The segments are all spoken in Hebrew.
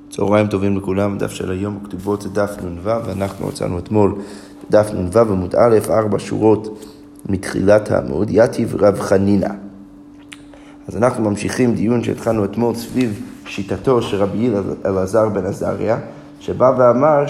צהריים טובים לכולם, דף של היום הכתובות זה דף נ"ו, ואנחנו מצאנו אתמול דף נ"ו עמוד א', 4 שורות מתחילת העמוד, יתיב רב חנינא. אז אנחנו ממשיכים דיון שהתחלנו אתמול סביב שיטתו של רבי אלעזר בן עזריה, שבא ואמר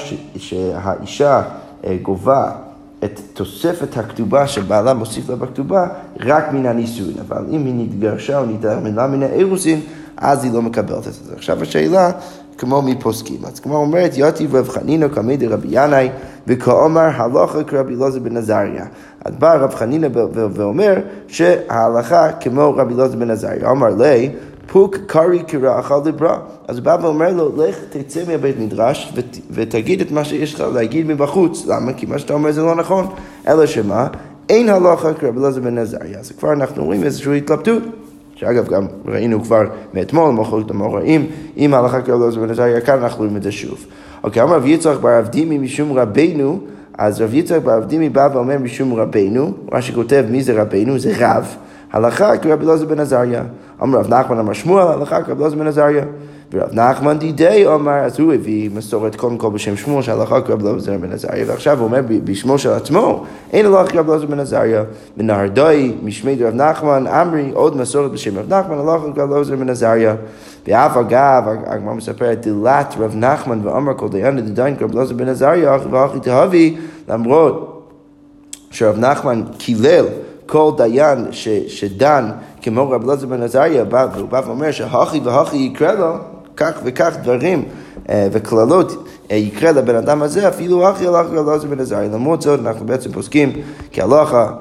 שהאישה גובה את תוספת הכתובה שבעלה מוסיף לה בכתובה רק מן הנישואין, אבל אם היא נתגרשה או נתארמנה מן האירוסין, אז היא לא מקבלת את זה. עכשיו השאלה, כמו מי פוסקים? אז כמו אומרת, יתיב רב חנינא קמי דרבי ינאי, וכאומר הלכה כרבי אלעזר בן עזריה. אז בא רב חנינא ואומר שההלכה כמו רבי אלעזר בן עזריה. אמר לי, פוק קרי כרעך לברא. אז הוא בא ואומר לו, לך תצא מהבית מדרש ותגיד את מה שיש לך להגיד מבחוץ. למה? כי מה שאתה אומר זה לא נכון. אלא שמה? אין הלכה כרבי אלעזר בן עזריה. אז כבר אנחנו רואים איזושהי התלבטות. שאגב גם ראינו כבר מאתמול, מחלוקת המאורעים, אם ההלכה כרבי אלעזר בן עזריה כאן, אנחנו רואים את זה שוב. אוקיי, אמר רב יצחק בר אבדימי משום רבנו, אז רב יצחק בר אבדימי בא ואומר משום רבנו, מה שכותב מי זה רבנו, זה רב, הלכה כרבי אלעזר בן עזריה. אמר רב נחמן אמר שמואל, הלכה כרבי אלעזר בן עזריה. ורב נחמן דידי אומר, אז הוא הביא מסורת קודם כל בשם שמואל, שהלכה כרבי אלעזר בן עזריה, ועכשיו הוא אומר בשמו של עצמו, אין הלכה כרבי אלעזר בן עזריה. ונהרדאי משמי רב נחמן אמרי, עוד מסורת בשם רב נחמן, הלכה כרבי אלעזר בן עזריה. ואף אגב, הגמרא מספרת, דילת רב נחמן ואמר כל דיין דדיין כרבי אלעזר בן עזריה, ואחי תהבי, למרות שרב נחמן קילל כל דיין שדן כמו רבי אלעזר בן עזריה, והוא בא ואומר שהכי והכי יקרא לו כך וכך דברים וכללות יקרא לבן אדם הזה, אפילו הכי הלכה רבי אלעזר בן עזריה. למרות זאת אנחנו בעצם פוסקים כהלכה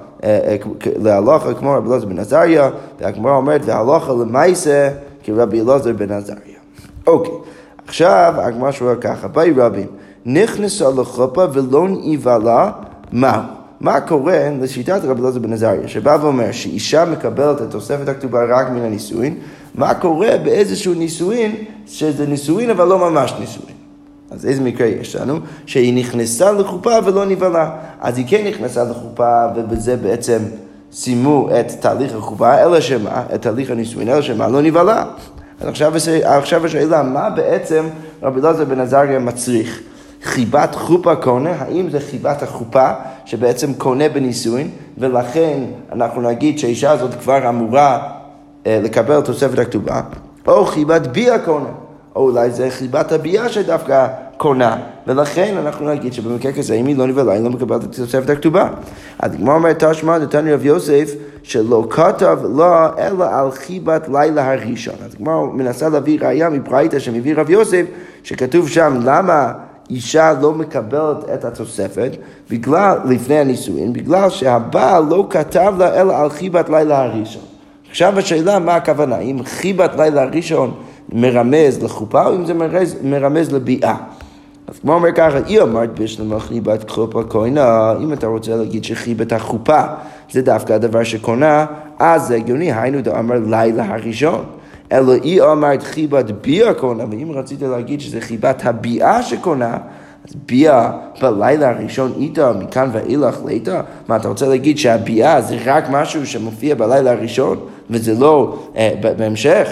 להלכה כמו רבי אלעזר בן עזריה, והגמרא אומרת והלכה למעשה כרבי אלעזר בן עזריה. אוקיי, עכשיו הגמרא שואל ככה, ביי רבים, נכנסה לחופה ולא נבהלה, מהו? מה קורה לשיטת רבי אלעזר בן עזריה, שבא ואומר שאישה מקבלת את תוספת הכתובה רק מן הנישואין, מה קורה באיזשהו נישואין, שזה נישואין אבל לא ממש נישואין? אז איזה מקרה יש לנו? שהיא נכנסה לחופה ולא נבהלה. אז היא כן נכנסה לחופה, ובזה בעצם שימו את תהליך החופה, אלא שמה? את תהליך הנישואין, אלא שמה? לא נבהלה. אז עכשיו השאלה, מה בעצם רבי אלעזר בן עזריה מצריך? חיבת חופה קונה, האם זה חיבת החופה שבעצם קונה בנישואין, ולכן אנחנו נגיד שהאישה הזאת כבר אמורה לקבל תוספת הכתובה, או חיבת ביה קונה, או אולי זה חיבת הביאה שדווקא קונה, ולכן אנחנו נגיד שבמקרה כזה, אם היא לא נבהלה, היא לא מקבלת את תוספת הכתובה. אז כמו אומרת תשמע, נתן רב יוסף, שלא כתב לה אלא על חיבת לילה הראשון. אז כמו מנסה להביא ראיה מברייתא שמביא רב יוסף, שכתוב שם למה אישה לא מקבלת את התוספת בגלל, לפני הנישואין, בגלל שהבעל לא כתב לה אלא על חיבת לילה הראשון. עכשיו השאלה מה הכוונה, אם חיבת לילה הראשון מרמז לחופה או אם זה מרמז לביאה. אז כמו אומר ככה, היא אמרת בשלמה חיבת חופה קונה, אם אתה רוצה להגיד שחיבת החופה זה דווקא הדבר שקונה, אז זה הגיוני, היינו דאמר לילה הראשון. אלא היא אמרת חיבת ביאה קונה, ואם רצית להגיד שזה חיבת הביאה שקונה, אז ביאה בלילה הראשון איתה, מכאן ואילך לאיתה, מה אתה רוצה להגיד שהביאה זה רק משהו שמופיע בלילה הראשון, וזה לא בהמשך?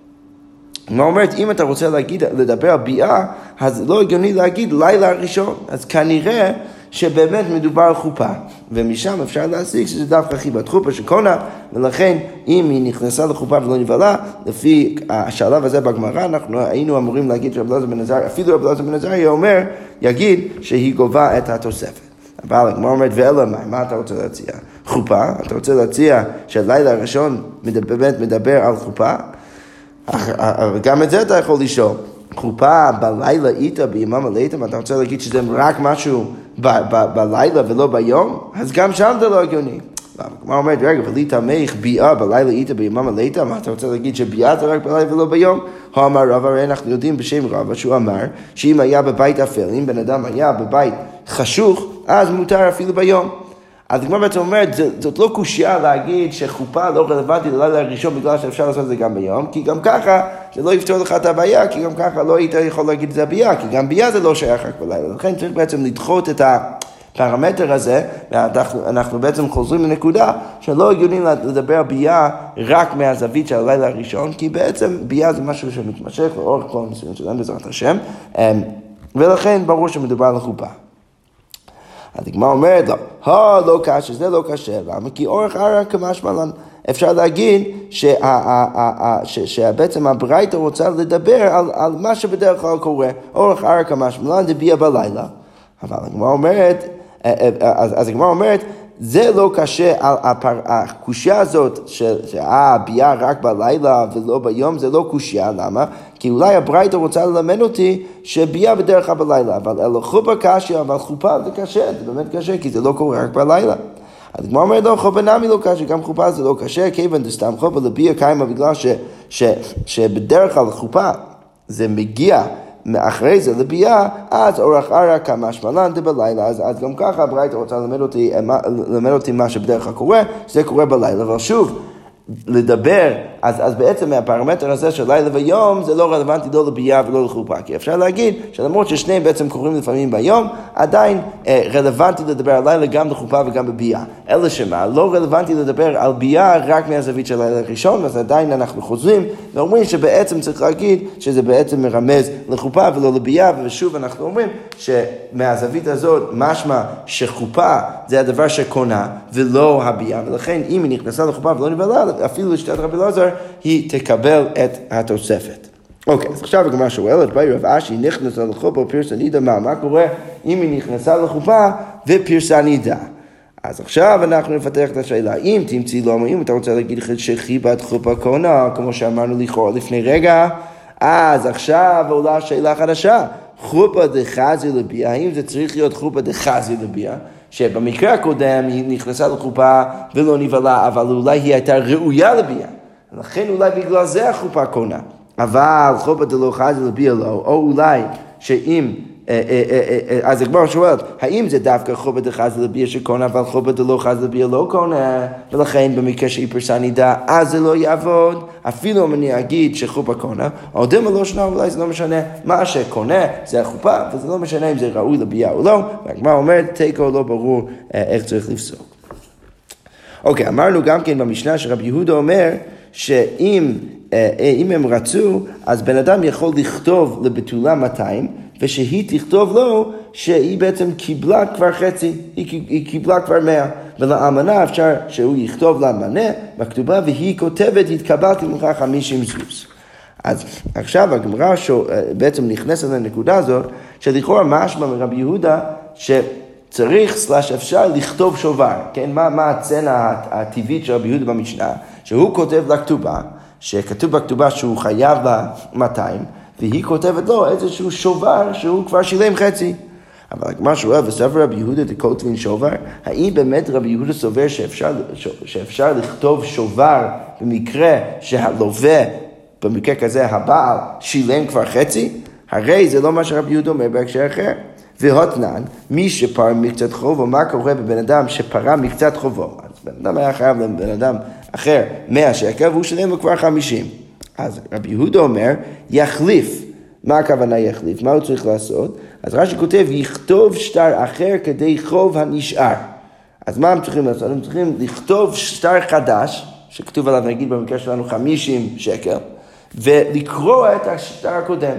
מה אומרת, אם אתה רוצה לדבר על ביאה, אז לא הגיוני להגיד לילה הראשון, אז כנראה שבאמת מדובר על חופה, ומשם אפשר להסיק שזה דווקא חיבת חופה שקונה, ולכן אם היא נכנסה לחופה ולא נבהלה, לפי השלב הזה בגמרא, אנחנו היינו אמורים להגיד שרבי אלעזר בן עזריה, אפילו רבי אלעזר בן עזריה יגיד שהיא גובה את התוספת. אבל הגמרא אומרת, ואלא מה אתה רוצה להציע? חופה? אתה רוצה להציע שהלילה הראשון באמת מדבר על חופה? גם את זה אתה יכול לשאול. חופה בלילה איתה ביממה לאיתה, אתה רוצה להגיד שזה רק משהו בלילה ולא ביום? אז גם שם זה לא הגיוני. כמו אומרת, רגע, ולי תמך ביאה בלילה איתה ביממה לאיתה, מה אתה רוצה להגיד שביאה זה רק בלילה ולא ביום? הוא אמר רב, הרי אנחנו יודעים בשם רב, שהוא אמר שאם היה בבית אפל, אם בן אדם היה בבית חשוך, אז מותר אפילו ביום. אז כמו בעצם אומרת, זאת לא קושיה להגיד שחופה לא רלוונטית ללילה הראשון בגלל שאפשר לעשות את זה גם ביום, כי גם ככה זה לא יפתור לך את הבעיה, כי גם ככה לא היית יכול להגיד את זה ביאה, כי גם ביאה זה לא שייך רק בלילה. לכן צריך בעצם לדחות את הפרמטר הזה, אנחנו בעצם חוזרים לנקודה שלא הגיוני לדבר על ביאה רק מהזווית של הלילה הראשון, כי בעצם ביאה זה משהו שמתמשך לאורך כל הניסיון שלנו בעזרת השם, ולכן ברור שמדובר על החופה. אז הגמרא אומרת לו, לא קשה, זה לא קשה, למה? כי אורך ערא כמשמע לן. אפשר להגיד שבעצם הברייתא רוצה לדבר על מה שבדרך כלל קורה, אורך ערא כמשמע לן דביאה בלילה. אבל הגמרא אומרת, זה לא קשה על הקושיה הזאת שהביאה רק בלילה ולא ביום, זה לא קושיה, למה? כי אולי הברייתא רוצה ללמד אותי שביאה בדרך כלל בלילה, אבל חופה קשה, אבל חופה זה קשה, זה באמת קשה, כי זה לא קורה רק בלילה. אז כמו אומרת, לא, חופה נמי לא קשה, גם חופה זה לא קשה, כיוון דסתם חופה לביאה קיימה, בגלל שבדרך כלל חופה זה מגיע מאחרי זה לביאה, אז אורך ערא כמשמע לן דבלילה, אז גם ככה הברייתא רוצה ללמד אותי מה שבדרך כלל קורה, שזה קורה בלילה, אבל שוב, לדבר, אז בעצם מהפרמטר הזה של לילה ויום, זה לא רלוונטי לא לביאה ולא לחופה, כי אפשר להגיד שלמרות ששניהם בעצם קורים לפעמים ביום, עדיין רלוונטי לדבר על לילה גם לחופה וגם בביאה. אלא שמה, לא רלוונטי לדבר על ביאה רק מהזווית של לילה ראשון, אז עדיין אנחנו חוזרים ואומרים שבעצם צריך להגיד שזה בעצם מרמז לחופה ולא לביאה, ושוב אנחנו אומרים שמהזווית הזאת משמע שחופה זה הדבר שקונה ולא הביאה, ולכן אם היא נכנסה לחופה ולא נבלה, אפילו לשיטת רבי אלעזר, היא תקבל את התוספת. אוקיי, אז עכשיו הגמרא שואלת, באי רב אשי נכנסה לחופה ופרסה נידה, מה קורה אם היא נכנסה לחופה ופרסה נידה? אז עכשיו אנחנו נפתח את השאלה, אם תמציא לו, אם אתה רוצה להגיד שחיבת חופה קונה, כמו שאמרנו לכאורה לפני רגע, אז עכשיו עולה שאלה חדשה, חופה דחזי לביאה, האם זה צריך להיות חופה דחזי לביאה? שבמקרה הקודם היא נכנסה לחופה ולא נבלה, אבל אולי היא הייתה ראויה לביאה. לכן אולי בגלל זה החופה קונה. אבל חופה דלא חזי לביאה לא, או אולי שאם, אז הגמרא שואלת, האם זה דווקא חופה דחזי לביאה שקונה, אבל חופה דלא חזי לביאה לא קונה, ולכן במקרה שהיא פרסה נידה, אז זה לא יעבוד, אפילו אם אני אגיד שחופה קונה, או דמה לא שנה, אולי זה לא משנה, מה שקונה זה החופה, וזה לא משנה אם זה ראוי לביאה או לא, והגמרא אומרת, תיקו לא ברור איך צריך לפסוק. אוקיי, אמרנו גם כן במשנה שרבי יהודה אומר, שאם הם רצו, אז בן אדם יכול לכתוב לבתולה 200, ושהיא תכתוב לו שהיא בעצם קיבלה כבר חצי, היא קיבלה כבר 100, ולאמנה אפשר שהוא יכתוב לה מנה בכתובה, והיא כותבת, התקבלתי ממך 50 זוז. אז עכשיו הגמרא בעצם נכנסת לנקודה הזאת, שלכאורה משמע מרבי יהודה, שצריך אפשר לכתוב שובר, כן? מה הצנה הטבעית של רבי יהודה במשנה? שהוא כותב לכתובה, שכתוב בכתובה שהוא חייב לה 200, והיא כותבת לו איזשהו שובר שהוא כבר שילם חצי. אבל הגמרא שואל, וסבר רבי יהודה דכותבין שובר, האם באמת רבי יהודה סובר שאפשר לכתוב שובר במקרה שהלווה, במקרה כזה הבעל, שילם כבר חצי? הרי זה לא מה שרבי יהודה אומר בהקשר אחר. והותנן, מי שפר מקצת חובו, מה קורה בבן אדם שפרה מקצת חובו? אז בן אדם היה חייב לבן אדם אחר 100 שקל, והוא שלם לו כבר 50. אז רבי יהודה אומר, יחליף. מה הכוונה יחליף? מה הוא צריך לעשות? אז רש"י כותב, יכתוב שטר אחר כדי חוב הנשאר. אז מה הם צריכים לעשות? הם צריכים לכתוב שטר חדש, שכתוב עליו נגיד במקרה שלנו 50 שקל, ולקרוא את השטר הקודם.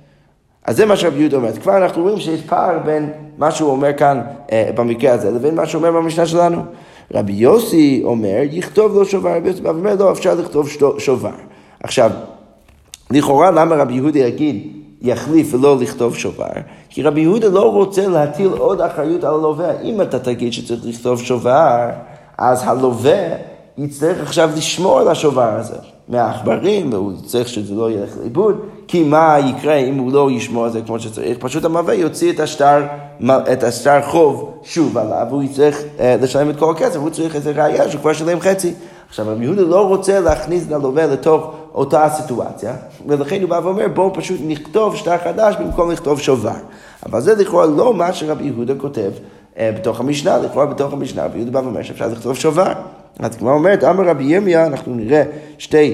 אז זה מה שרבי יהודה אומר. כבר אנחנו רואים שיש פער בין מה שהוא אומר כאן במקרה הזה, לבין מה שהוא אומר במשנה שלנו. רבי יוסי אומר, יכתוב לו שובר, רבי יוסי אומר, לא, אפשר לכתוב שובר. עכשיו, לכאורה למה רבי יהודה יגיד יחליף ולא לכתוב שובר? כי רבי יהודה לא רוצה להטיל עוד אחריות על הלווה. אם אתה תגיד שצריך לכתוב שובר, אז הלווה יצטרך עכשיו לשמור על השובר הזה מהעכברים, והוא יצטרך שזה לא ילך לאיבוד, כי מה יקרה אם הוא לא ישמור על זה כמו שצריך? פשוט המלווה יוציא את השטר חוב שוב עליו, והוא יצטרך לשלם את כל הכסף, הוא צריך איזה ראייה שהוא כבר שלם חצי. עכשיו, רבי יהודה לא רוצה להכניס את הלווה לתוך אותה הסיטואציה, ולכן הוא בא ואומר, בואו פשוט נכתוב שטר חדש במקום לכתוב שובר. אבל זה לכאורה לא מה שרבי יהודה כותב בתוך המשנה, לכאורה בתוך המשנה, רבי יהודה בא ואומר שאפשר לכתוב שובר. אז כמו אומרת, אמר רבי ירמיה, אנחנו נראה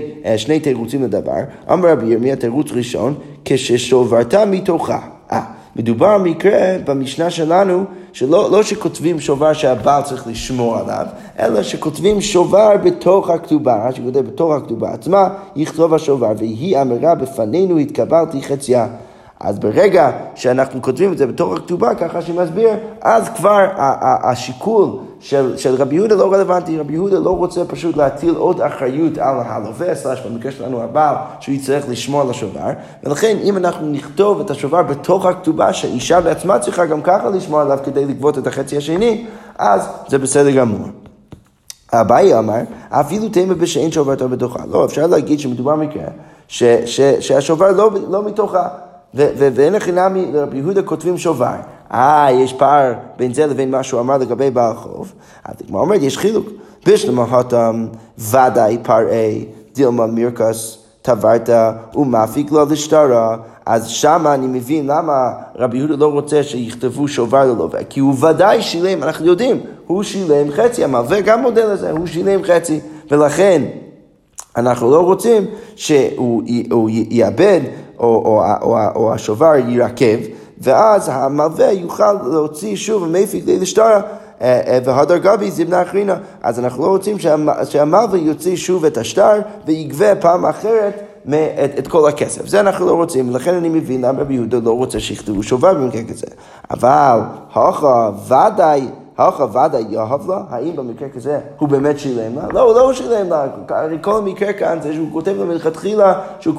שני תירוצים לדבר. אמר רבי ירמיה, תירוץ ראשון, כששוברת מתוכה. מדובר מקרה במשנה שלנו, שלא שכותבים שובר שהבעל צריך לשמור עליו, אלא שכותבים שובר בתוך הכתובה, שכותב בתוך הכתובה עצמה, יכתוב השובר, והיא אמרה בפנינו התקבלתי חציה. אז ברגע שאנחנו כותבים את זה בתוך הכתובה, ככה שמסביר, אז כבר השיקול של רבי יהודה לא רלוונטי. רבי יהודה לא רוצה פשוט להטיל עוד אחריות על הלווה, במקרה שלנו הבעל, שהוא יצטרך לשמור על השובר. ולכן אם אנחנו נכתוב את השובר בתוך הכתובה, שהאישה בעצמה צריכה גם ככה לשמור עליו כדי לגבות את החצי השני, אז זה בסדר גמור. אביי אמר, אפילו תימא בשאין שוברתו בתוכה. לא, אפשר להגיד שמדובר מקרה שהשובר לא מתוכה. ואין לחינמי לרבי יהודה כותבים שובר. יש פער בין זה לבין מה שהוא אמר לגבי בעל חוב. אז כמו אומרת, יש חילוק. בשלמה התם ודאי פרעי דילמה מירקס תברת ומפיק לו לשטרה. אז שמה אני מבין למה רבי יהודה לא רוצה שיכתבו שובר ללווה. כי הוא ודאי שילם, אנחנו יודעים, הוא שילם חצי. המלווה גם מודל לזה, הוא שילם חצי. ולכן אנחנו לא רוצים שהוא יאבד או השובר ירקב, ואז המלווה יוכל להוציא שוב המפיק לשטרה, והדר גבי זימנה אחרינה. אז אנחנו לא רוצים שהמלווה יוציא שוב את השטר ויגבה פעם אחרת את כל הכסף. זה אנחנו לא רוצים, ולכן אני מבין למה רבי יהודה לא רוצה שיכתבו שובר במקרה כזה. אבל הלכה ודאי יאהב לה, האם במקרה כזה הוא באמת שילם לה? לא, הוא לא שילם לה. הרי כל המקרה כאן זה שהוא כותב לו מלכתחילה,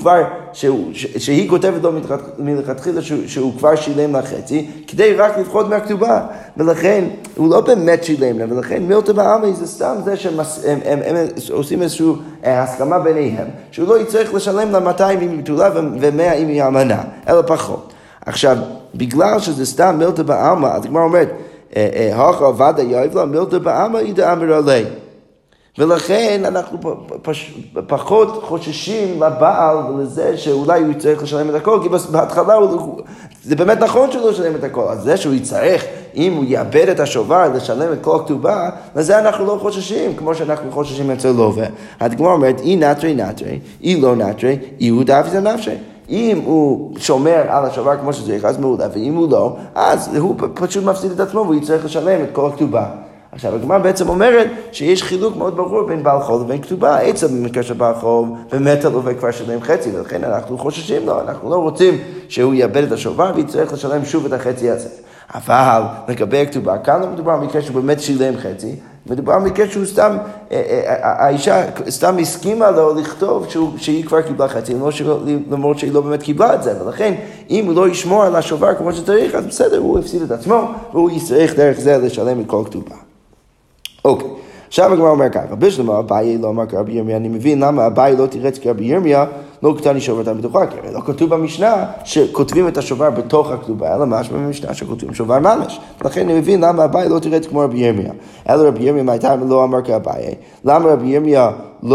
שהיא כותבת לו מלכתחילה שהוא כבר שילם לה חצי, כדי רק לפחות מהכתובה. ולכן הוא לא באמת שילם לה, ולכן מילתא בעלמא זה סתם זה שהם עושים איזושהי הסכמה ביניהם, שהוא לא יצטרך לשלם לה 200 אם היא בתולה ו100 אם היא אמנה, אלא פחות. עכשיו, בגלל שזה סתם מילתא בעלמא, אז הגמרא אומרת, הלכה ודאי יאהב לה מילתא בעלמא ידאמר עליה. ולכן אנחנו פחות חוששים לבעל ולזה שאולי הוא יצטרך לשלם את הכל, כי בהתחלה זה באמת נכון שהוא לא ישלם את הכל. אז זה שהוא יצטרך, אם הוא יאבד את השובר, לשלם את כל הכתובה, לזה אנחנו לא חוששים, כמו שאנחנו חוששים אצל לווה. הגמרא אומרת, אי נטרי נטרי, אי לא נטרי, אי הוא דאפיס הנפשי. אם הוא שומר על השובר כמו שצריך, אז מעולה, ואם הוא לא, אז הוא פשוט מפסיד את עצמו והוא יצטרך לשלם את כל הכתובה. עכשיו, הגמרא בעצם אומרת שיש חילוק מאוד ברור בין בעל חוב לבין כתובה. עצה במקרה של בעל חוב, באמת הלווה כבר שלם חצי, ולכן אנחנו חוששים לו, אנחנו לא רוצים שהוא יאבד את השובר ויצטרך לשלם שוב את החצי הזה. אבל לגבי הכתובה, כאן לא מדובר במקרה שהוא באמת שילם חצי, מדובר במקרה שהוא סתם, האישה סתם הסכימה לו לכתוב שהיא כבר קיבלה חצי, למרות שהיא לא באמת קיבלה את זה, ולכן אם הוא לא ישמור על השובר כמו שצריך, אז בסדר, הוא הפסיד את עצמו, והוא יצטרך דרך זה לשלם את כל כתובה. אוקיי, עכשיו הגמרא אומר ככה, בשלמה אביי לא אמר כרבי ירמיה, אני מבין למה אביי לא תירץ כרבי ירמיה, לא קטני שוברתם בתוכה, כי לא כתוב במשנה שכותבים את השובר בתוך הכתובה, אלא משהו במשנה שכותבים שובר ממש. לכן אני מבין למה אביי לא תירץ כמו רבי ירמיה. אלא רבי ירמיה מהייתה לא אמר כאביי. למה רבי ירמיה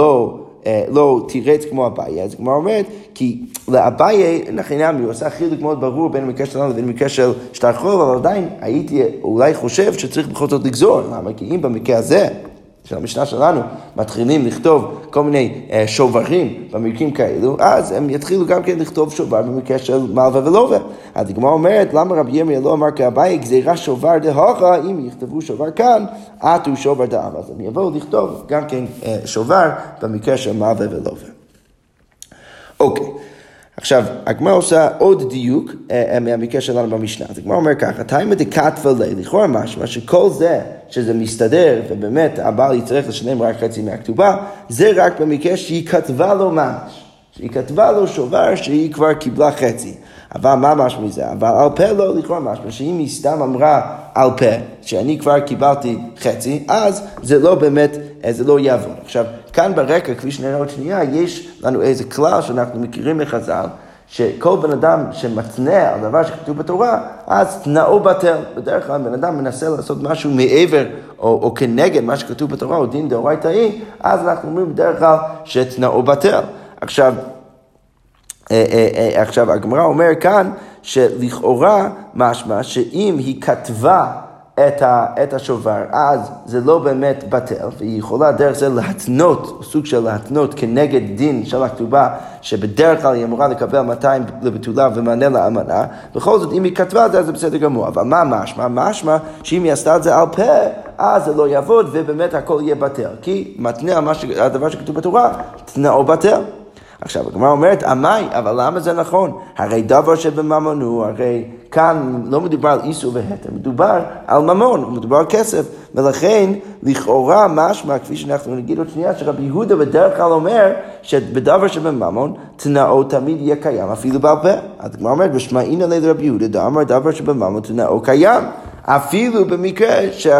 לא תירץ כמו אביי? אז הגמרא אומרת, כי לאביי נחינמי, הוא עשה חילוק מאוד ברור בין המקרה שלנו לבין המקרה של שטר חוב, אבל עדיין הייתי אולי חושב שצריך בכל זאת לגזור. למה? כי אם במקרה הזה של המשנה שלנו מתחילים לכתוב כל מיני שוברים במקרים כאלו, אז הם יתחילו גם כן לכתוב שובר במקרה של מלווה ולווה. אז הגמרא אומרת, למה רבי ירמיה לא אמר כאביי, גזירה שובר דהכה, אם יכתבו שובר כאן, עטו שובר דאב. אז הם יבואו לכתוב גם כן שובר במקרה של מלווה ולווה. אוקיי. עכשיו, הגמרא עושה עוד דיוק מהמקרה שלנו במשנה. אז הגמרא אומר ככה, תימא דכתבא ליה, לכאורה משמע שכל זה שזה מסתדר, ובאמת הבעל יצטרך לשלם רק חצי מהכתובה, זה רק במקרה שהיא כתבה לו ממש. שהיא כתבה לו שובר שהיא כבר קיבלה חצי. אבל מה משמע מזה? אבל על פה לא לכאורה משמע, שאם היא סתם אמרה על פה, שאני כבר קיבלתי חצי, אז זה לא באמת, זה לא יעבור. עכשיו, כאן ברקע, כפי שנראה עוד שנייה, יש לנו איזה כלל שאנחנו מכירים מחז"ל, שכל בן אדם שמתנה על דבר שכתוב בתורה, אז תנאו בטל. בדרך כלל בן אדם מנסה לעשות משהו מעבר או כנגד מה שכתוב בתורה, או דין דאורייתאי, אז אנחנו אומרים בדרך כלל שתנאו בטל. עכשיו הגמרא אומר כאן שלכאורה משמע שאם היא כתבה את השובר, אז זה לא באמת בטל, והיא יכולה דרך זה להתנות, סוג של להתנות כנגד דין של הכתובה, שבדרך כלל היא אמורה לקבל 200 לבטולה ומענה לאמנה, בכל זאת אם היא כתבה זה בסדר גמור, אבל מה משמע? משמע שאם היא עשתה את זה על פה, אז זה לא יעבוד ובאמת הכל יהיה בטל, כי מתנה הדבר שכתוב בתורה, תנאו בטל. עכשיו, הגמרא אומרת, אמי, אבל למה זה נכון? הרי דבר שבממון הוא, הרי כאן לא מדובר על איסור והתר, מדובר על ממון, מדובר על כסף, ולכן לכאורה משמע, כפי שאנחנו נגיד עוד שנייה, שרבי יהודה בדרך כלל אומר, שבדבר שבממון, תנאו תמיד יהיה קיים, אפילו בעל פה. הגמרא אומרת, ושמעין עלי לרבי יהודה, דאמר דבר שבממון תנאו קיים. אפילו במקרה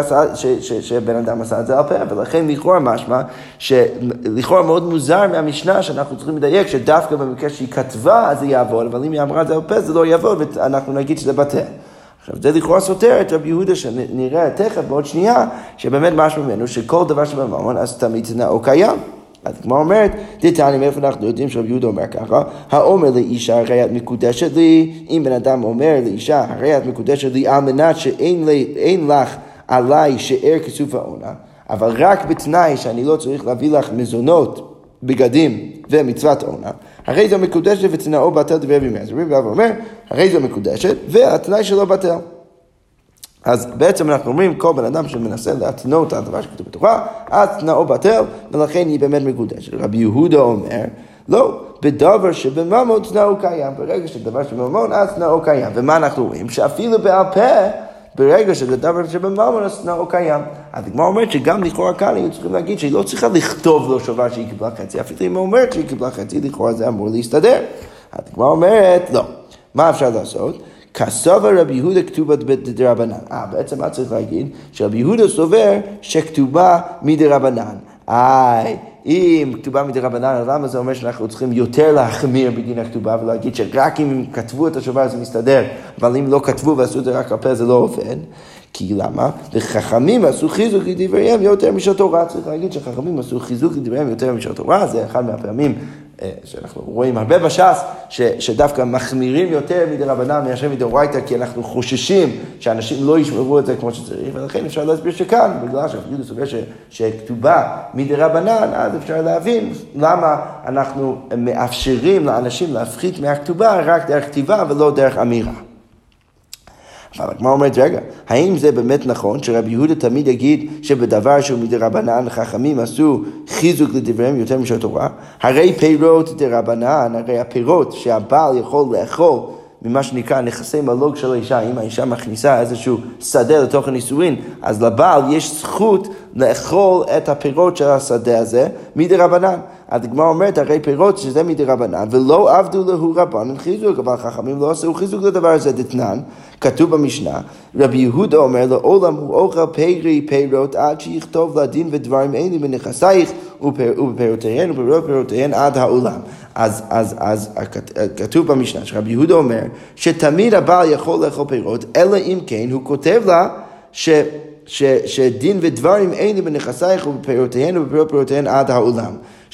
שבן אדם עשה את זה על פה, ולכן לכאורה משמע, שלכאורה מאוד מוזר מהמשנה שאנחנו צריכים לדייק, שדווקא במקרה שהיא כתבה אז זה יעבוד, אבל אם היא אמרה את זה על פה זה לא יעבוד, ואנחנו נגיד שזה בטל. עכשיו זה לכאורה סותר את רבי יהודה שנראה תכף בעוד שנייה, שבאמת משמע ממנו שכל דבר שבממון אז תמיד תנאו קיים. אז כמו אומרת, דתני מאיפה אנחנו יודעים שרבי יהודה אומר ככה, האומר לאישה הרי את מקודשת לי, אם בן אדם אומר לאישה הרי את מקודשת לי על מנת שאין לך עליי שאר כסוף העונה, אבל רק בתנאי שאני לא צריך להביא לך מזונות, בגדים ומצוות עונה, הרי זו מקודשת ותנאו בטל דברי רבי מאיר. רבי מאיר אומר, הרי זו מקודשת והתנאי שלו בטל. אז בעצם אנחנו אומרים, כל בן אדם שמנסה להתנות על דבר שכתוב בתורה, אז תנאו בטל, ולכן היא באמת מקודשת. רבי יהודה אומר, לא, בדבר שבממון תנאו קיים, ברגע שדבר שבממון, אז תנאו קיים. ומה אנחנו רואים? שאפילו בעל פה, ברגע שדבר שבממון, אז תנאו קיים. אז הגמרא אומרת שגם לכאורה כאן, היו צריכים להגיד שהיא לא צריכה לכתוב לו שובר שהיא קיבלה חצי, אפילו אם היא אומרת שהיא קיבלה חצי, לכאורה זה אמור להסתדר. אז הגמרא אומרת, לא. מה אפשר לעשות? כסובר רבי יהודה כתובה דרבנן. בעצם מה צריך להגיד? שרבי יהודה סובר שכתובה מדרבנן. אם כתובה מדרבנן, למה זה אומר שאנחנו צריכים יותר להחמיר בדין הכתובה, ולהגיד שרק אם כתבו את השובר זה מסתדר, אבל אם לא כתבו ועשו את זה רק הפה זה לא עובד. כי למה? וחכמים עשו חיזוק לדבריהם יותר משל תורה. צריך להגיד שחכמים עשו חיזוק לדבריהם יותר משל תורה, זה אחד מהפעמים שאנחנו רואים הרבה בש"ס, שדווקא מחמירים יותר מדרבנן מאשר מדאורייתא, כי אנחנו חוששים שאנשים לא ישמרו את זה כמו שצריך, ולכן אפשר להסביר שכאן, בגלל שהרבי סובר שכתובה מדרבנן, אז אפשר להבין למה אנחנו מאפשרים לאנשים להפחית מהכתובה רק דרך כתיבה ולא דרך אמירה. אבל כמו אומרת, רגע, האם זה באמת נכון שרבי יהודה תמיד יגיד שבדבר שהוא מדרבנן חכמים עשו חיזוק לדבריהם יותר משל תורה? הרי פירות דרבנן, הרי הפירות שהבעל יכול לאכול ממה שנקרא נכסי מלוג של האישה, אם האישה מכניסה איזשהו שדה לתוך הנישואין, אז לבעל יש זכות לאכול את הפירות של השדה הזה מדרבנן. הדגמרא אומרת, הרי פירות שזה מדרבנן, ולא עבדו לו רבנן חיזוק, אבל חכמים לא עשו חיזוק לדבר הזה דתנן. כתוב במשנה, רבי יהודה אומר, לעולם הוא אוכל פרי פירות עד שיכתוב לדין ודברים אלה בנכסייך ובפירותיהן ובפירותיהן עד העולם. אז כתוב במשנה שרבי יהודה אומר שתמיד הבעל יכול לאכול פירות, אלא אם כן הוא כותב לה שדין ודברים אלה בנכסייך ובפירותיהן ובפירותיהן עד העולם.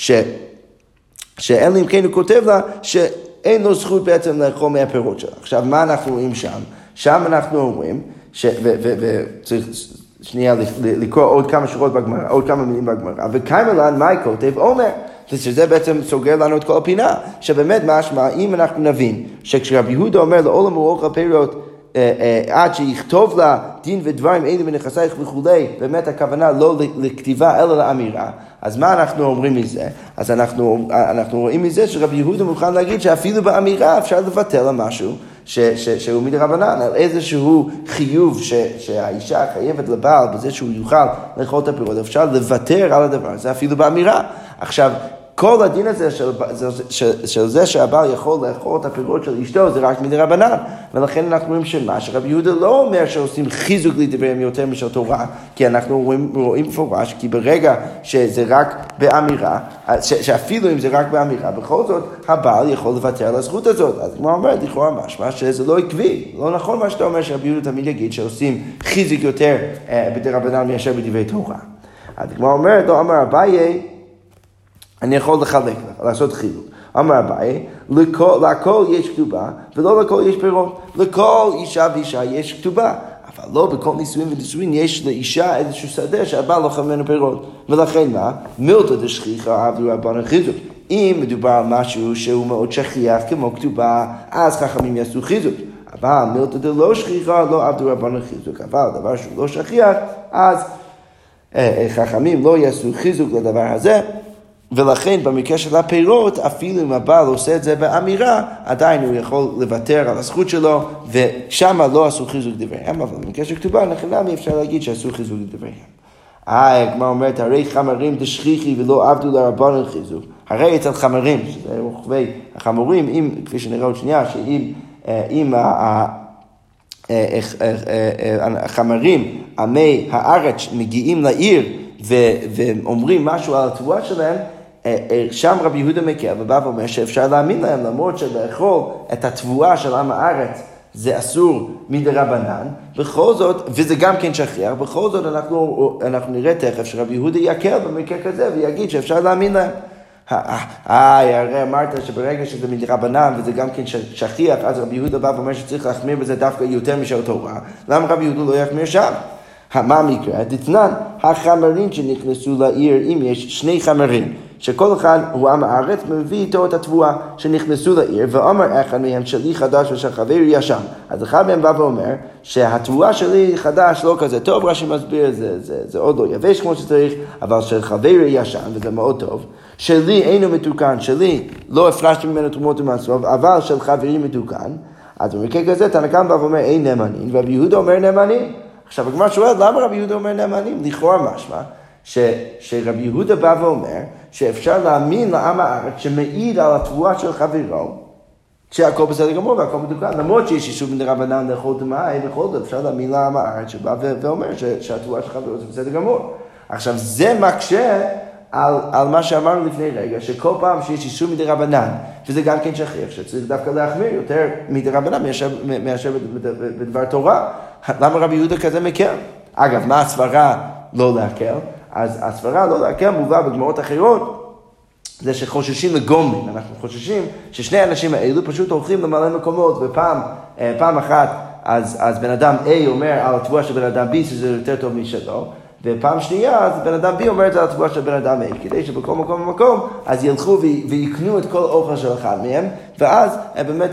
שאלא אם כן הוא כותב לה שאין לו זכות בעצם לאכול מהפירות שלה. עכשיו מה אנחנו רואים שם? שם אנחנו אומרים, וצריך שנייה לקרוא עוד כמה שורות בגמרא, עוד כמה מילים בגמרא, וקיימלן מה כותב אומר, שזה בעצם סוגר לנו את כל הפינה, שבאמת משמע, אם אנחנו נבין, שכשרבי יהודה אומר לעולם הוא אוכל פירות, עד שיכתוב לה דין ודברים אלה בנכסייך וכולי, באמת הכוונה לא לכתיבה אלא לאמירה. אז מה אנחנו אומרים מזה? אז אנחנו רואים מזה שרבי יהודה מוכן להגיד שאפילו באמירה אפשר לבטל על משהו שהוא מדרבנן, על איזשהו חיוב שהאישה חייבת לבעל בזה שהוא יוכל לאכול את הפירות, אפשר לוותר על הדבר הזה אפילו באמירה. עכשיו, כל הדין הזה של זה שהבעל יכול לאכול את הפירות של אשתו זה רק מדרבנן, ולכן אנחנו רואים שרבי יהודה לא אומר שעושים חיזוק לדבריהם יותר משל תורה, כי אנחנו רואים מפורש, כי ברגע שזה רק באמירה, שאפילו אם זה רק באמירה, בכל זאת הבעל יכול לוותר על הזכות הזאת. אז כמו אומרת, לכאורה משמע שזה לא עקבי, לא נכון מה שאתה אומר שרבי יהודה תמיד יגיד שעושים חיזוק יותר בדרבנן מאשר בדברי תורה. אז כמו אומרת, לא אמר אביי, אני יכול לחלק, לעשות חילוק. אמר אביי, לכל יש כתובה ולא לכל יש פירות. לכל אישה ואישה יש כתובה, אבל לא בכל נישואין ונישואין יש לאישה איזשהו שדה שהבעל לא אוכל ממנו פירות. ולכן מה? מילתא דשכיחא עבדו רבנן חיזוק. אם מדובר על משהו שהוא מאוד שכיח כמו כתובה, אז חכמים יעשו חיזוק. אבל מילתא דלא שכיחא לא עבדו רבנן חיזוק. אבל דבר שהוא לא שכיח, אז חכמים לא יעשו חיזוק לדבר הזה. ולכן במקרה של הפירות, אפילו אם הבעל עושה את זה באמירה, עדיין הוא יכול לוותר על הזכות שלו, ושם לא עשו חיזוק דבריהם, אבל במקרה של כתובה, לכן אפשר להגיד שעשו חיזוק דבריהם. הגמרא אומרת, הרי חמרים דשכיחי ולא עבדו לרבנן חיזוק. הרי אצל חמרים, שזה רוכבי החמורים, כפי שנראה עוד שנייה, שאם החמרים, עמי הארץ, מגיעים לעיר, ואומרים משהו על התבואה שלהם, שם רבי יהודה מקל ובא ואומר שאפשר להאמין להם, למרות שלאכול את התבואה של עם הארץ זה אסור מדרבנן, בכל זאת, וזה גם כן שכיח, בכל זאת אנחנו נראה תכף שרבי יהודה יקל במקרה כזה ויגיד שאפשר להאמין להם. הרי אמרת שברגע שזה מדרבנן וזה גם כן שכיח, אז רבי יהודה בא ואומר שצריך להחמיר בזה דווקא יותר משל תורה. למה רבי יהודה לא יחמיר שם? מה מקרה? דתנן, החמרים שנכנסו לעיר, אם יש שני חמרים, שכל אחד הוא עם הארץ, מביא איתו את התבואה שנכנסו לעיר, ואומר אחד מהם שלי חדש ושל חברי ישן. אז אחד מהם בא ואומר שהתבואה שלי חדש לא כזה טוב, רש"י מסביר, זה עוד לא יבש כמו שצריך, אבל של חברי ישן, וזה מאוד טוב. שלי אינו מתוקן, שלי לא הפרשתי ממנו תרומות ומעשרות, אבל של חברי מתוקן. אז במקרה כזה, תנא קמא בא ואומר אין נאמנים, ורבי יהודה אומר נאמנים. עכשיו, הגמרא שואלת, למה רבי יהודה אומר נאמנים? לכאורה משמע, שרבי יהודה בא ואומר, שאפשר להאמין לעם הארץ שמעיד על התבואה של חברו, שהכל בסדר גמור והכל מתוקן, למרות שיש איסור מדרבנן לאכול טמאה, בכל זאת אפשר להאמין לעם הארץ שבא ואומר שהתבואה של חברו זה בסדר גמור. עכשיו, זה מקשה על מה שאמרנו לפני רגע, שכל פעם שיש איסור מדרבנן, וזה גם כן שכיח, שצריך דווקא להחמיר יותר מדרבנן מאשר בדבר תורה. למה רבי יהודה כזה מקל? אגב, מה הסברה לא להקל? אז הסברה לא להקל מובא בגמרות אחרות, זה שחוששים לגומלין. אנחנו חוששים ששני האנשים האלו פשוט הולכים למלא מקומות, ופעם אחת אז בן אדם A אומר על התבואה של בן אדם B שזה יותר טוב משלו, ופעם שנייה אז בן אדם B אומר את זה על התבואה של בן אדם A, כדי שבכל מקום ומקום אז ילכו ויקנו את כל אוכל של אחד מהם, ואז הם באמת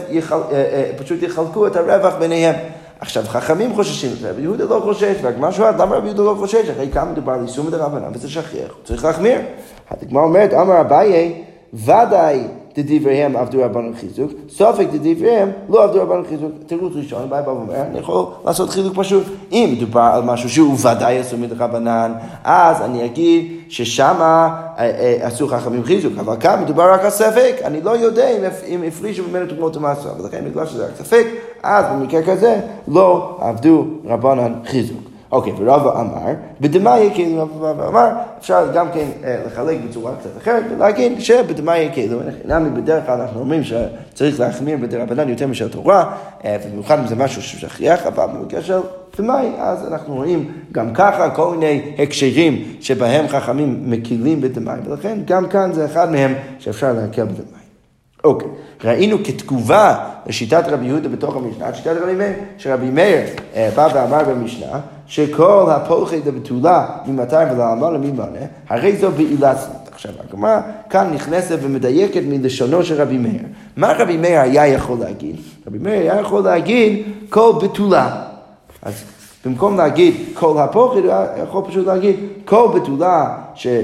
פשוט יחלקו את הרווח ביניהם. עכשיו, חכמים חוששים, רבי יהודה לא חושש, והגמרא שואלת, למה רבי יהודה לא חושש? אחרי כמה מדובר על איסור מדרבנן, וזה שכיח, צריך להחמיר. הגמרא אומרת, אמר אביי, ודאי דדבריהם עבדו רבנן חיזוק, ספק דדבריהם לא עבדו רבנן חיזוק. תירוץ ראשון, אביי בא ואומר, אני יכול לעשות חילוק פשוט. אם מדובר על משהו שהוא ודאי אסור מדרבנן, אז אני אגיד ששמה עשו חכמים חיזוק, אבל כאן מדובר רק על ספק, אני לא יודע אם הפרישו ממנו תרומות ומעשרות, ולכן בגלל שזה רק ספק, אז במקרה כזה לא עבדו רבנן חיזוק. אוקיי, ורבא אמר, בדמאי כאילו, רבא אמר, אפשר גם כן לחלק בצורה קצת אחרת, ולהגיד שבדמאי כאילו, נעמי בדרך כלל אנחנו אומרים שצריך להחמיר בדרבנן יותר משל תורה, ובמיוחד אם זה משהו ששכיח, אבל במקרה של דמאי, אז אנחנו רואים גם ככה כל מיני הקשרים שבהם חכמים מקילים בדמאי, ולכן גם כאן זה אחד מהם שאפשר להקל בדמאי. אוקיי, ראינו כתגובה לשיטת רבי יהודה בתוך המשנה, שיטת רבי מאיר, שרבי מאיר בא ואמר במשנה, שכל הפולחי דבתולה מ-200 ולמעלה ממנה, הרי זו בעילת זנות. עכשיו, הגמרא כאן נכנסת ומדייקת מלשונו של רבי מאיר. מה רבי מאיר היה יכול להגיד? רבי מאיר היה יכול להגיד כל בתולה. אז במקום להגיד כל הפולחי, הוא יכול פשוט להגיד כל בתולה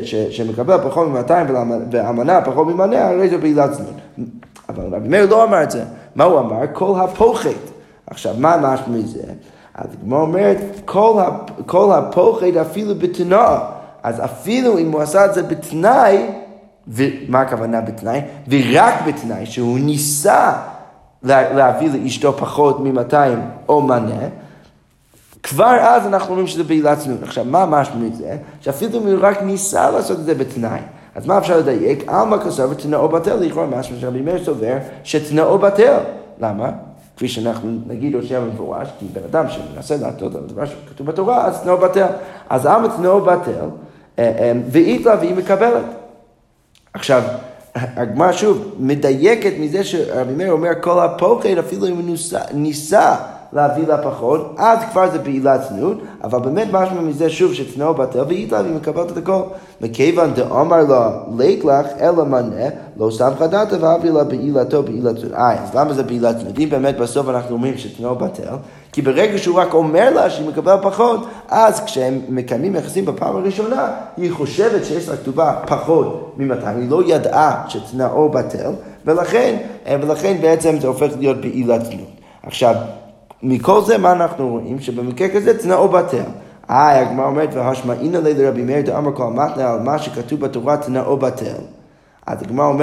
שמקבל פחות מ-200 והמנה פחות ממנה, הרי זו בעילת זנות. אבל רבי מאיר לא אמר את זה. מה הוא אמר? כל הפולחי. עכשיו, מה משמע מזה? אז הגמרא אומרת, כל הפוחד אפילו בתנאי, אז אפילו אם הוא עשה את זה בתנאי, ומה הכוונה בתנאי? ורק בתנאי שהוא ניסה להביא לאשתו פחות מ-200 או מנה, כבר אז אנחנו אומרים שזה בעילת זנות. עכשיו, מה משמע מזה? שאפילו אם הוא רק ניסה לעשות את זה בתנאי, אז מה אפשר לדייק? עלמא כסובר תנאו בטל, לכאורה משמע שרבי מאיר סובר שתנאו בטל. למה? כפי שאנחנו נגיד עוד שנייה במפורש, כי בן אדם שמנסה לעשות על הדבר שכתוב בתורה, אז תנאו בטל. אז עלמא תנאו בטל, ואית לה והיא מקבלת. עכשיו, הגמרא שוב מדייקת מזה שרבי מאיר אומר כל הפוחד, אפילו אם הוא ניסה להביא לה פחות, אז כבר זה בעילת זנות, אבל באמת משמע מזה שוב שתנאו בטל והיא לה והיא מקבלת את הכל. מכיוון דאמר לה לית לך אלא מנה, לא סמכה דעתה והביא לה בעילתו בעילת זנות. אז למה זה בעילת זנות? אם באמת בסוף אנחנו אומרים שתנאו בטל, כי ברגע שהוא רק אומר לה שהיא מקבלת פחות, אז כשהם מקיימים יחסים בפעם הראשונה, היא חושבת שיש לה כתובה פחות מ-200, היא לא ידעה שתנאו בטל, ולכן בעצם זה הופך להיות בעילת זנות. עכשיו, מכל זה מה אנחנו רואים? שבמקרה כזה תנאו בטל. הגמרא אומרת, והשמעינא ליה לרבי מאיר דאמר כל המתנה על מה שכתוב בתורה תנאו בטל. אז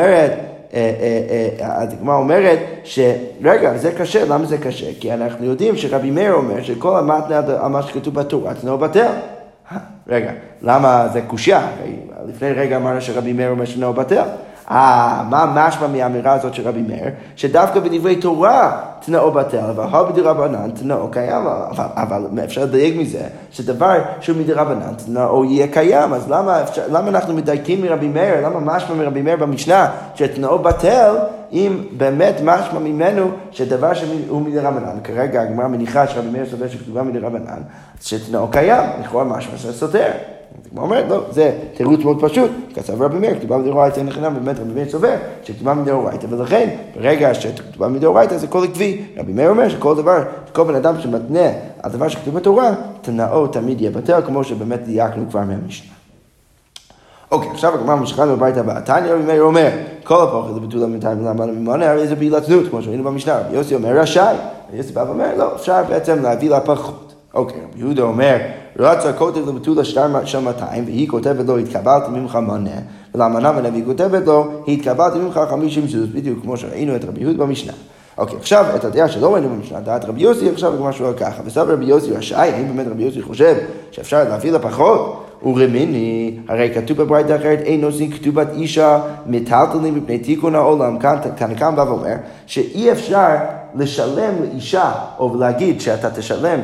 הגמרא אומרת רגע, זה קשה. למה זה קשה? כי אנחנו יודעים שרבי מאיר אומר שכל המתנה על מה שכתוב בתורה תנאו בטל. רגע, למה זה קושיה? לפני רגע אמרנו שרבי מאיר אומר תנאו בטל. מה משמע מהאמירה הזאת של רבי מאיר? שדווקא בדברי תורה תנאו בטל, אבל בדרבנן תנאו קיים. אבל אפשר לדייק מזה שדבר שהוא מדרבנן תנאו יהיה קיים. אז למה אנחנו מדייקים מרבי מאיר? למה משמע מרבי מאיר במשנה שתנאו בטל, אם באמת משמע ממנו שדבר שהוא מדרבנן? כרגע הגמרא מניחה שרבי מאיר סובר שכתובה מדרבנן, שתנאו קיים, לכאורה משמע שסותר. הוא אומר, לא, זה תירוץ מאוד פשוט, כתב רבי מאיר, כתובה מדאורייתא אין לחינם, באמת רבי מאיר סובר שכתובה מדאורייתא, ולכן ברגע שכתובה מדאורייתא זה כל עקבי. רבי מאיר אומר שכל דבר, כל בן אדם שמתנה על דבר שכתוב בתורה, תנאו תמיד יהיה בטל, כמו שבאמת דייקנו כבר מהמשנה. אוקיי, עכשיו הגמרא ממשיכה בבית הבא. תניא רבי מאיר אומר, כל הפוך זה ביטול המתיים ולמעלה ממונה, הרי זה בעילת זנות, כמו שראינו במשנה. רבי יוסי אומר רשאי, ויוסי בא ואומר, לא, אפשר בעצם להביא לה פחות. אוקיי, רבי יהודה אומר, רצה כותב לביטול השטר של 200, והיא כותבת לו, התקבלתי ממך מנה, ולמנה ונביא כותבת לו, התקבלתי ממך 50 סוס, בדיוק כמו שראינו את רבי יהודה במשנה. אוקיי, עכשיו את הדעה שלא ראינו במשנה, דעת רבי יוסי, עכשיו משהו ככה, וסבא רבי יוסי רשאי, האם באמת רבי יוסי חושב שאפשר להביא לה פחות? ורמיני, הרי כתוב בברייתא אחרת, אין עושים כתובת אישה מטלטלים מפני תיקון העולם. כאן בא ואומר שאי אפשר לשלם לאישה, או להגיד שאתה תשלם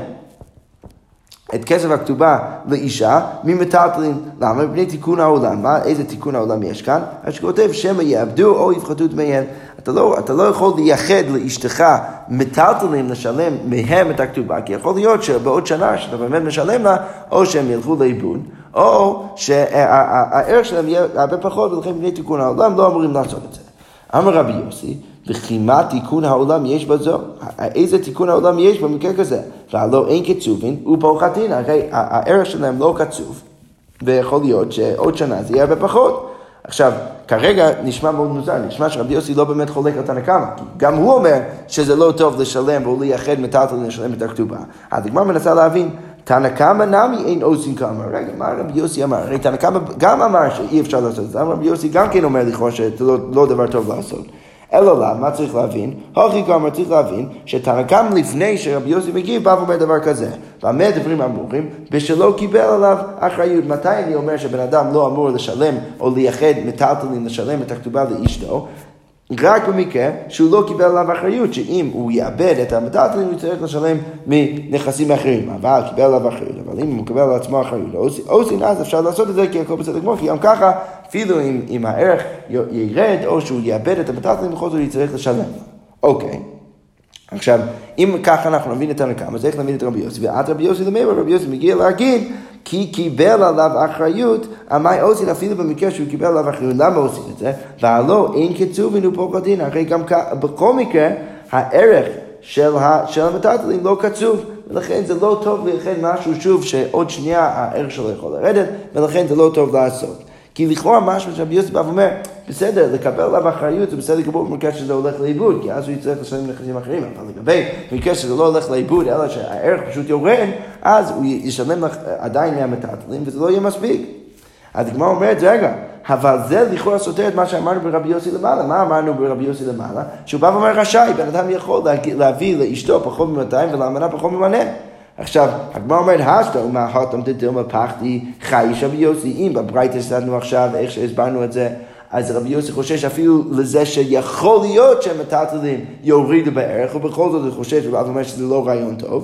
את כסף הכתובה לאישה ממטלטלין. למה? מפני תיקון העולם. איזה תיקון העולם יש כאן? אז שכותב שמא יאבדו או יפחתו דמיהן. אתה לא יכול לייחד לאשתך מטלטלין לשלם מהם את הכתובה, כי יכול להיות שבעוד שנה שאתה באמת משלם לה, או שהם ילכו לאיבוד, או שהערך שלהם יהיה הרבה פחות, ולכן מפני תיקון העולם לא אמורים לעשות את זה. אמר רבי יוסי, וכימה תיקון העולם יש בזו. איזה תיקון העולם יש במקרה כזה? והלא אין קצובין ופוחתין, הרי הערך שלהם לא קצוב, ויכול להיות שעוד שנה זה יהיה הרבה פחות. עכשיו, כרגע נשמע מאוד מוזר, נשמע שרבי יוסי לא באמת חולק על תנא קמא, כי גם הוא אומר שזה לא טוב לשלם או לייחד מטלטלין לשלם את הכתובה. אז הגמרא מנסה להבין, תנא קמא נמי אין עושים כאמר. רגע, מה רבי יוסי אמר? הרי תנא קמא גם אמר שאי אפשר לעשות את זה, רבי יוסי גם כן אומר לכאורה שזה לא דבר טוב לעשות. אלא לה, מה צריך להבין? הכי כאמר צריך להבין שתנא קמא לפני שרבי יוסי מגיב בא ואומר דבר כזה. והמה דברים אמורים? בשלא קיבל עליו אחריות. מתי אני אומר שבן אדם לא אמור לשלם או לייחד מטלטלין לשלם את הכתובה לאשתו? רק במקרה שהוא לא קיבל עליו אחריות, שאם הוא יאבד את המטלטלין הוא צריך לשלם מנכסים אחרים, אבל קיבל עליו אחריות. אבל אם הוא מקבל על עצמו אחריות, עושים אז אפשר לעשות את זה כי הכל בסדר גמור, כי גם ככה אפילו אם הערך ירד או שהוא יאבד את המטלטלין בכל זאת הוא צריך לשלם. אוקיי. עכשיו, אם ככה אנחנו נבין את תנא קמא, אז איך נבין את רבי יוסי? ועד רבי יוסי למאמר, רבי יוסי מגיע להגיד, כי קיבל עליו אחריות, מה עושים אפילו במקרה שהוא קיבל עליו אחריות, למה עושים את זה? והלא אין קצובין ופוחתין, הרי גם בכל מקרה, הערך של המטלטלין לא קצוב, ולכן זה לא טוב לייחד משהו שוב שעוד שנייה הערך שלו יכול לרדת, ולכן זה לא טוב לעשות. כי לכאורה משהו שרבי יוסי בא ואומר, בסדר, לקבל עליו אחריות, זה בסדר גמור במקרה שזה הולך לאיבוד, כי אז הוא יצטרך לשלם נכסים אחרים, אבל לגבי במקרה שזה לא הולך לאיבוד, אלא שהערך פשוט יורד, אז הוא ישלם עדיין מהמטלטלין, וזה לא יהיה מספיק. אז הגמרא אומרת, רגע, אבל זה לכאורה סותר את מה שאמרנו ברבי יוסי למעלה. מה אמרנו ברבי יוסי למעלה? שהוא בא ואומר רשאי, בן אדם יכול להביא לאשתו פחות מ-200 ולאמנה פחות ממנה. עכשיו, הגמרא אומרת, השתא ומה התם דתלמא פחתי חייש רבי יוסי. אם בברייתא שלנו עכשיו, איך שהסברנו את זה, אז רבי יוסי חושש אפילו לזה שיכול להיות שהמטלטלין יורידו בערך, ובכל זאת הוא חושש, ובא ואומר שזה לא רעיון טוב.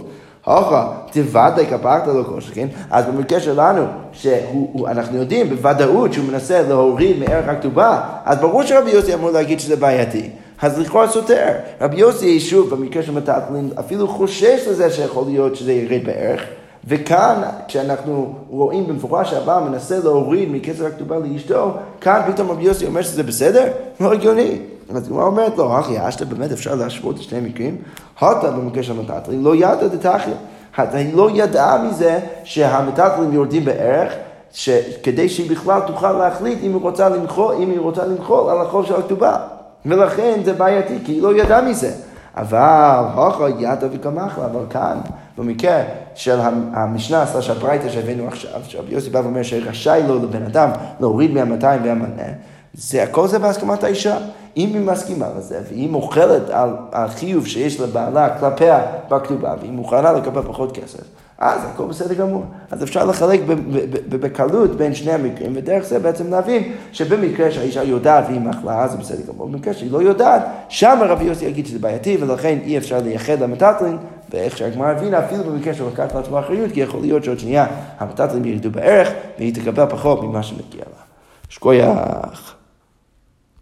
תוודאי כפרת לא כל שכן. אז במקרה שלנו, שאנחנו יודעים בוודאות שהוא מנסה להוריד מערך הכתובה, אז ברור שרבי יוסי אמור להגיד שזה בעייתי. אז לכאורה סותר. רבי יוסי שוב במקרה של מטלטלין אפילו חושש לזה שיכול להיות שזה ירד בערך, וכאן כשאנחנו רואים במפורש שהבעל מנסה להוריד מכסף הכתובה לאשתו, כאן פתאום רבי יוסי אומר שזה בסדר? לא הגיוני. אז הוא אומרת לו, אחי, אשתה באמת אפשר להשוות את שני מקרים? הוטה במקרה של מטלטלין לא ידע דתחיה. היא לא ידעה מזה שהמטלטלים יורדים בערך, כדי שהיא בכלל תוכל להחליט אם היא רוצה למחול על החוב של הכתובה. ולכן זה בעייתי, כי היא לא ידעה מזה. אבל, ידע וכמחלה, אבל כאן, במקרה של המשנה, הברייתא שהבאנו עכשיו, שרבי יוסי בא ואומר שרשאי לו לבן אדם להוריד מה-200 והמנה, הכל זה בהסכמת האישה. אם היא מסכימה לזה, והיא מוכלת על החיוב שיש לבעלה כלפיה בכתובה, והיא מוכנה לקבל פחות כסף, אז הכל בסדר גמור. אז אפשר לחלק בקלות בין שני המקרים, ודרך זה בעצם להבין שבמקרה שהאישה יודעת והיא מחלה, זה בסדר גמור. במקרה שהיא לא יודעת, שם רבי יוסי יגיד שזה בעייתי, ולכן אי אפשר לייחד למטלטלין, ואיך שהגמרא הבינה, אפילו במקרה של לקחת לעצמה אחריות, כי יכול להיות שעוד שנייה המטלטלין ירדו בערך, והיא תקבל פחות ממה שמגיע לה. שכוייך.